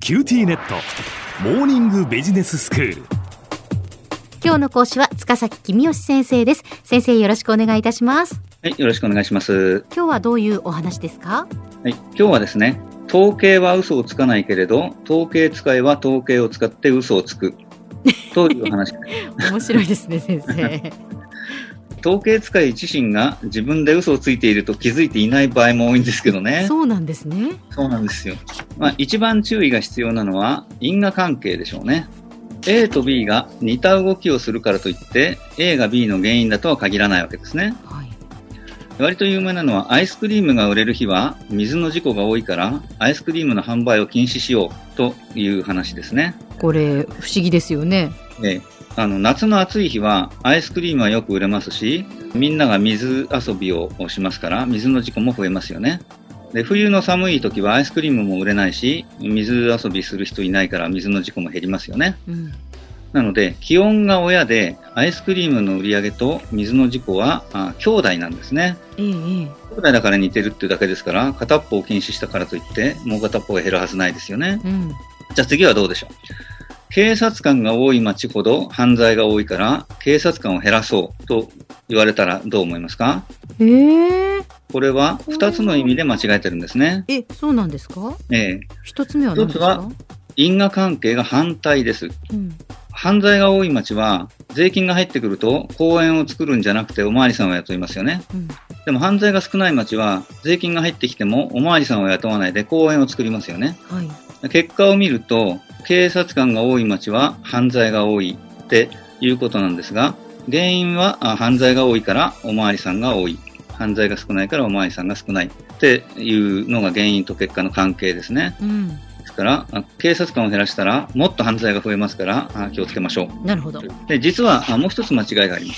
キューティーネットモーニングビジネススクール。 今日の講師は塚崎公義先生です。先生、よろしくお願いいたします。 はい、よろしくお願いします。 今日はどういうお話ですか？ はい、今日はですね、統計は嘘をつかないけれど統計使いは統計を使って嘘をつくという話面白いですね、先生。 統計使い自身が自分で嘘をついていると気づいていない場合も多いんですけどね。 そうなんですね。 そうなんですよ。一番注意が必要なのは因果関係でしょうね。A と B が似た動きをするからといって A が B の原因だとは限らないわけですね。 はい、 割と有名なのはアイスクリームが売れる日は水の事故が多いからアイスクリームの販売を禁止しようという話ですね。 これ不思議ですよね。 夏の暑い日はアイスクリームはよく売れますし、みんなが水遊びをしますから水の事故も増えますよね。で、冬の寒い時はアイスクリームも売れないし水遊びする人いないから水の事故も減りますよね。なので気温が親でアイスクリームの売り上げと水の事故は兄弟なんですね。兄弟だから似てるっていうだけですから、片っぽを禁止したからといってもう片っぽが減るはずないですよね。じゃあ次はどうでしょう。警察官が多い町ほど犯罪が多いから警察官を減らそうと言われたらどう思いますか？これは2つの意味で間違えてるんですね。 そうなんですか？1つ目は何ですか？ 1つは因果関係が反対です。犯罪が多い町は税金が入ってくると公園を作るんじゃなくておまわりさんを雇いますよね。でも犯罪が少ない町は税金が入ってきてもおまわりさんを雇わないで公園を作りますよね。結果を見ると警察官が多い町は犯罪が多いっていうことなんですが、原因は犯罪が多いからおまわりさんが多い、犯罪が少ないからおまわりさんが少ないっていうのが原因と結果の関係ですね。ですから警察官を減らしたらもっと犯罪が増えますから気をつけましょう。 なるほど。 で、実はもう一つ間違いがあります。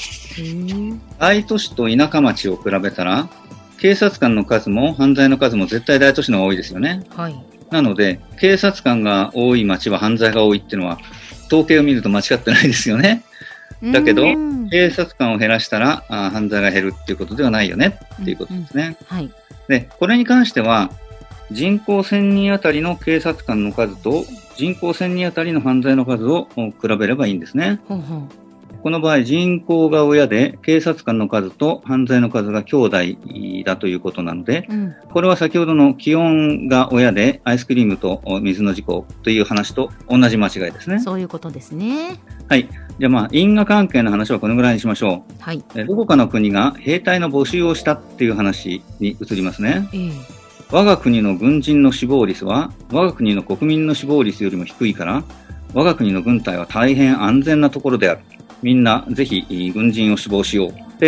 大都市と田舎町を比べたら警察官の数も犯罪の数も絶対大都市の方が多いですよね。なので警察官が多い町は犯罪が多いっていうのは統計を見ると間違ってないですよね。だけど警察官を減らしたら犯罪が減るっていうことではないよねっていうことですね。で、これに関しては人口1000人あたりの警察官の数と人口1000人あたりの犯罪の数を比べればいいんですね。この場合人口が親で警察官の数と犯罪の数が兄弟だということなので、これは先ほどの気温が親でアイスクリームと水の事故という話と同じ間違いですね。 そういうことですね。 はい。じゃあ因果関係の話はこのぐらいにしましょう。どこかの国が兵隊の募集をしたっていう話に移りますね。我が国の軍人の死亡率は我が国の国民の死亡率よりも低いから我が国の軍隊は大変安全なところである。みんなぜひ軍人を志望しようって、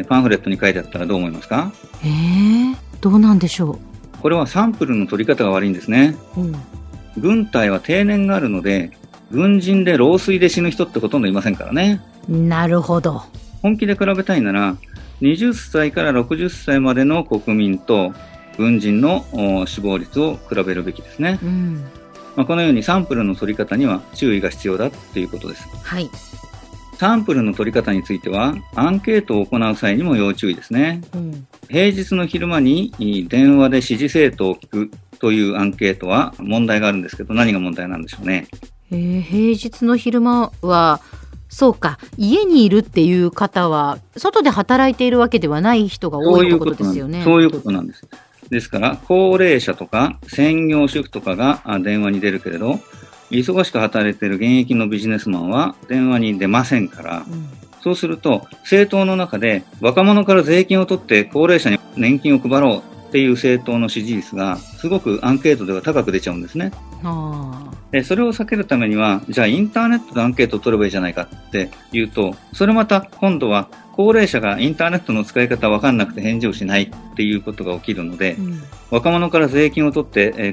パンフレットに書いてあったらどう思いますか？ どうなんでしょう。 これはサンプルの取り方が悪いんですね。軍隊は定年があるので軍人で老衰で死ぬ人ってほとんどいませんからね。 なるほど。 本気で比べたいなら20歳から60歳までの国民と軍人の死亡率を比べるべきですね。このようにサンプルの取り方には注意が必要だということです。サンプルの取り方についてはアンケートを行う際にも要注意ですね。平日の昼間に電話で指示政党を聞くというアンケートは問題があるんですけど、何が問題なんでしょうね。 平日の昼間はそうか、家にいるっていう方は外で働いているわけではない人が多いということですよね。 そういうことなんです。ですから高齢者とか専業主婦とかが電話に出るけれど忙しく働いている現役のビジネスマンは電話に出ませんから、そうすると政党の中で若者から税金を取って高齢者に年金を配ろうっていう政党の支持率がすごくアンケートでは高く出ちゃうんですね。でそれを避けるためにはじゃあインターネットでアンケートを取ればいいじゃないかっていうと、それまた今度は高齢者がインターネットの使い方分かんなくて返事をしないっていうことが起きるので、若者から税金を取って、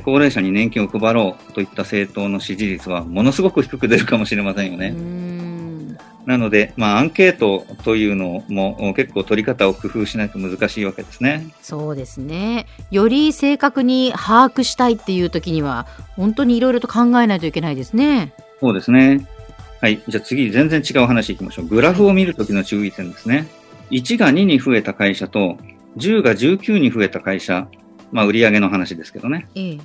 高齢者に年金を配ろうといった政党の支持率はものすごく低く出るかもしれませんよね。なので、アンケートというのも結構取り方を工夫しないと難しいわけですね。 そうですね。より正確に把握したいっていう時には本当にいろいろと考えないといけないですね。 そうですね。はい。じゃあ次、全然違う話いきましょう。グラフを見るときの注意点ですね。1が2に増えた会社と10が19に増えた会社、売上の話ですけどね。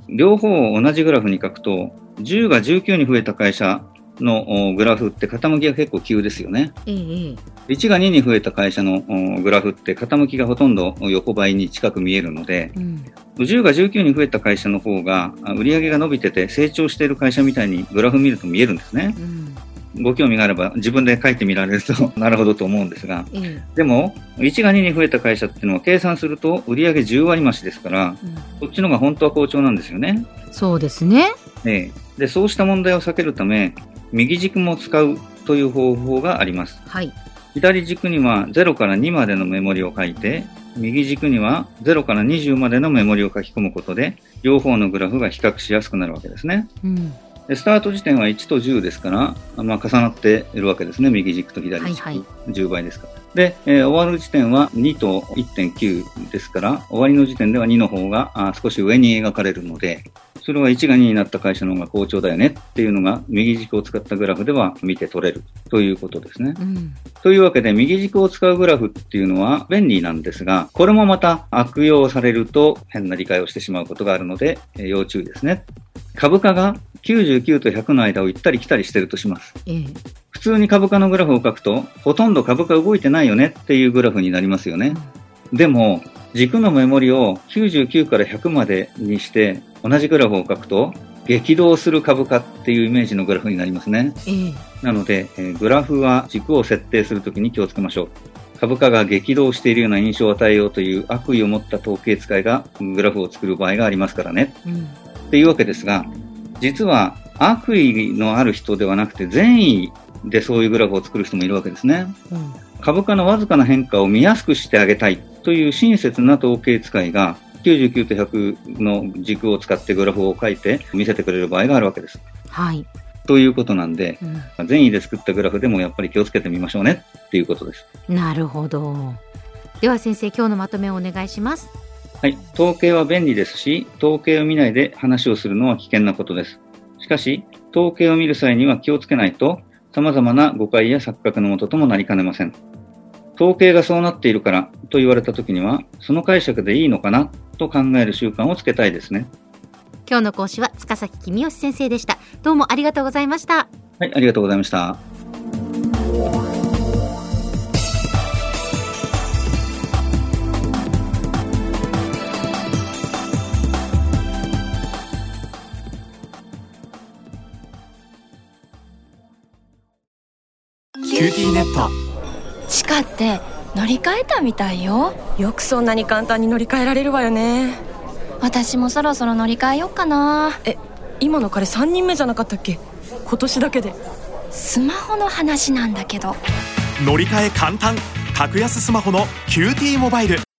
両方を同じグラフに書くと、10が19に増えた会社のグラフって傾きが結構急ですよね。1が2に増えた会社のグラフって傾きがほとんど横ばいに近く見えるので、10が19に増えた会社の方が売上が伸びてて成長している会社みたいにグラフ見ると見えるんですね。ご興味があれば自分で書いてみられるとなるほどと思うんですが、でも1が2に増えた会社っていうのは計算すると売上10割増しですから、こっちのが本当は好調なんですよね。 そうですね。 で、そうした問題を避けるため、右軸も使うという方法があります。左軸には0から2までのメモリを書いて、右軸には0から20までのメモリを書き込むことで、両方のグラフが比較しやすくなるわけですね。でスタート時点は1と10ですから、重なっているわけですね。右軸と左軸、10倍ですから。で、終わる時点は2と 1.9 ですから、終わりの時点では2の方が少し上に描かれるので、それは1が2になった会社の方が好調だよねっていうのが右軸を使ったグラフでは見て取れるということですね。というわけで右軸を使うグラフっていうのは便利なんですが、これもまた悪用されると変な理解をしてしまうことがあるので、要注意ですね。株価が99と100の間を行ったり来たりしてるとします。普通に株価のグラフを書くと、ほとんど株価動いてないよねっていうグラフになりますよね。でも、軸のメモリを99から100までにして同じグラフを書くと、激動する株価っていうイメージのグラフになりますね。なので、グラフは軸を設定するときに気をつけましょう。株価が激動しているような印象を与えようという悪意を持った統計使いがグラフを作る場合がありますからね。っていうわけですが、実は悪意のある人ではなくて善意でそういうグラフを作る人もいるわけですね。株価のわずかな変化を見やすくしてあげたいという親切な統計使いが99と100の軸を使ってグラフを書いて見せてくれる場合があるわけです。ということなんで、善意で作ったグラフでもやっぱり気をつけてみましょうねっていうことです。 なるほど。では先生、今日のまとめをお願いします。 統計は便利ですし、統計を見ないで話をするのは危険なことです。しかし、統計を見る際には気をつけないと、様々な誤解や錯覚のもとともなりかねません。統計がそうなっているからと言われたときには、その解釈でいいのかなと考える習慣をつけたいですね。 今日の講師は塚崎公義先生でした。どうもありがとうございました。 ありがとうございました。 キューティーネット。 地下って乗り換えたみたいよ。 よくそんなに簡単に乗り換えられるわよね。 私もそろそろ乗り換えよっかな。 今の彼3人目じゃなかったっけ？今年だけで。 スマホの話なんだけど。 乗り換え簡単、格安スマホのキューティーモバイル。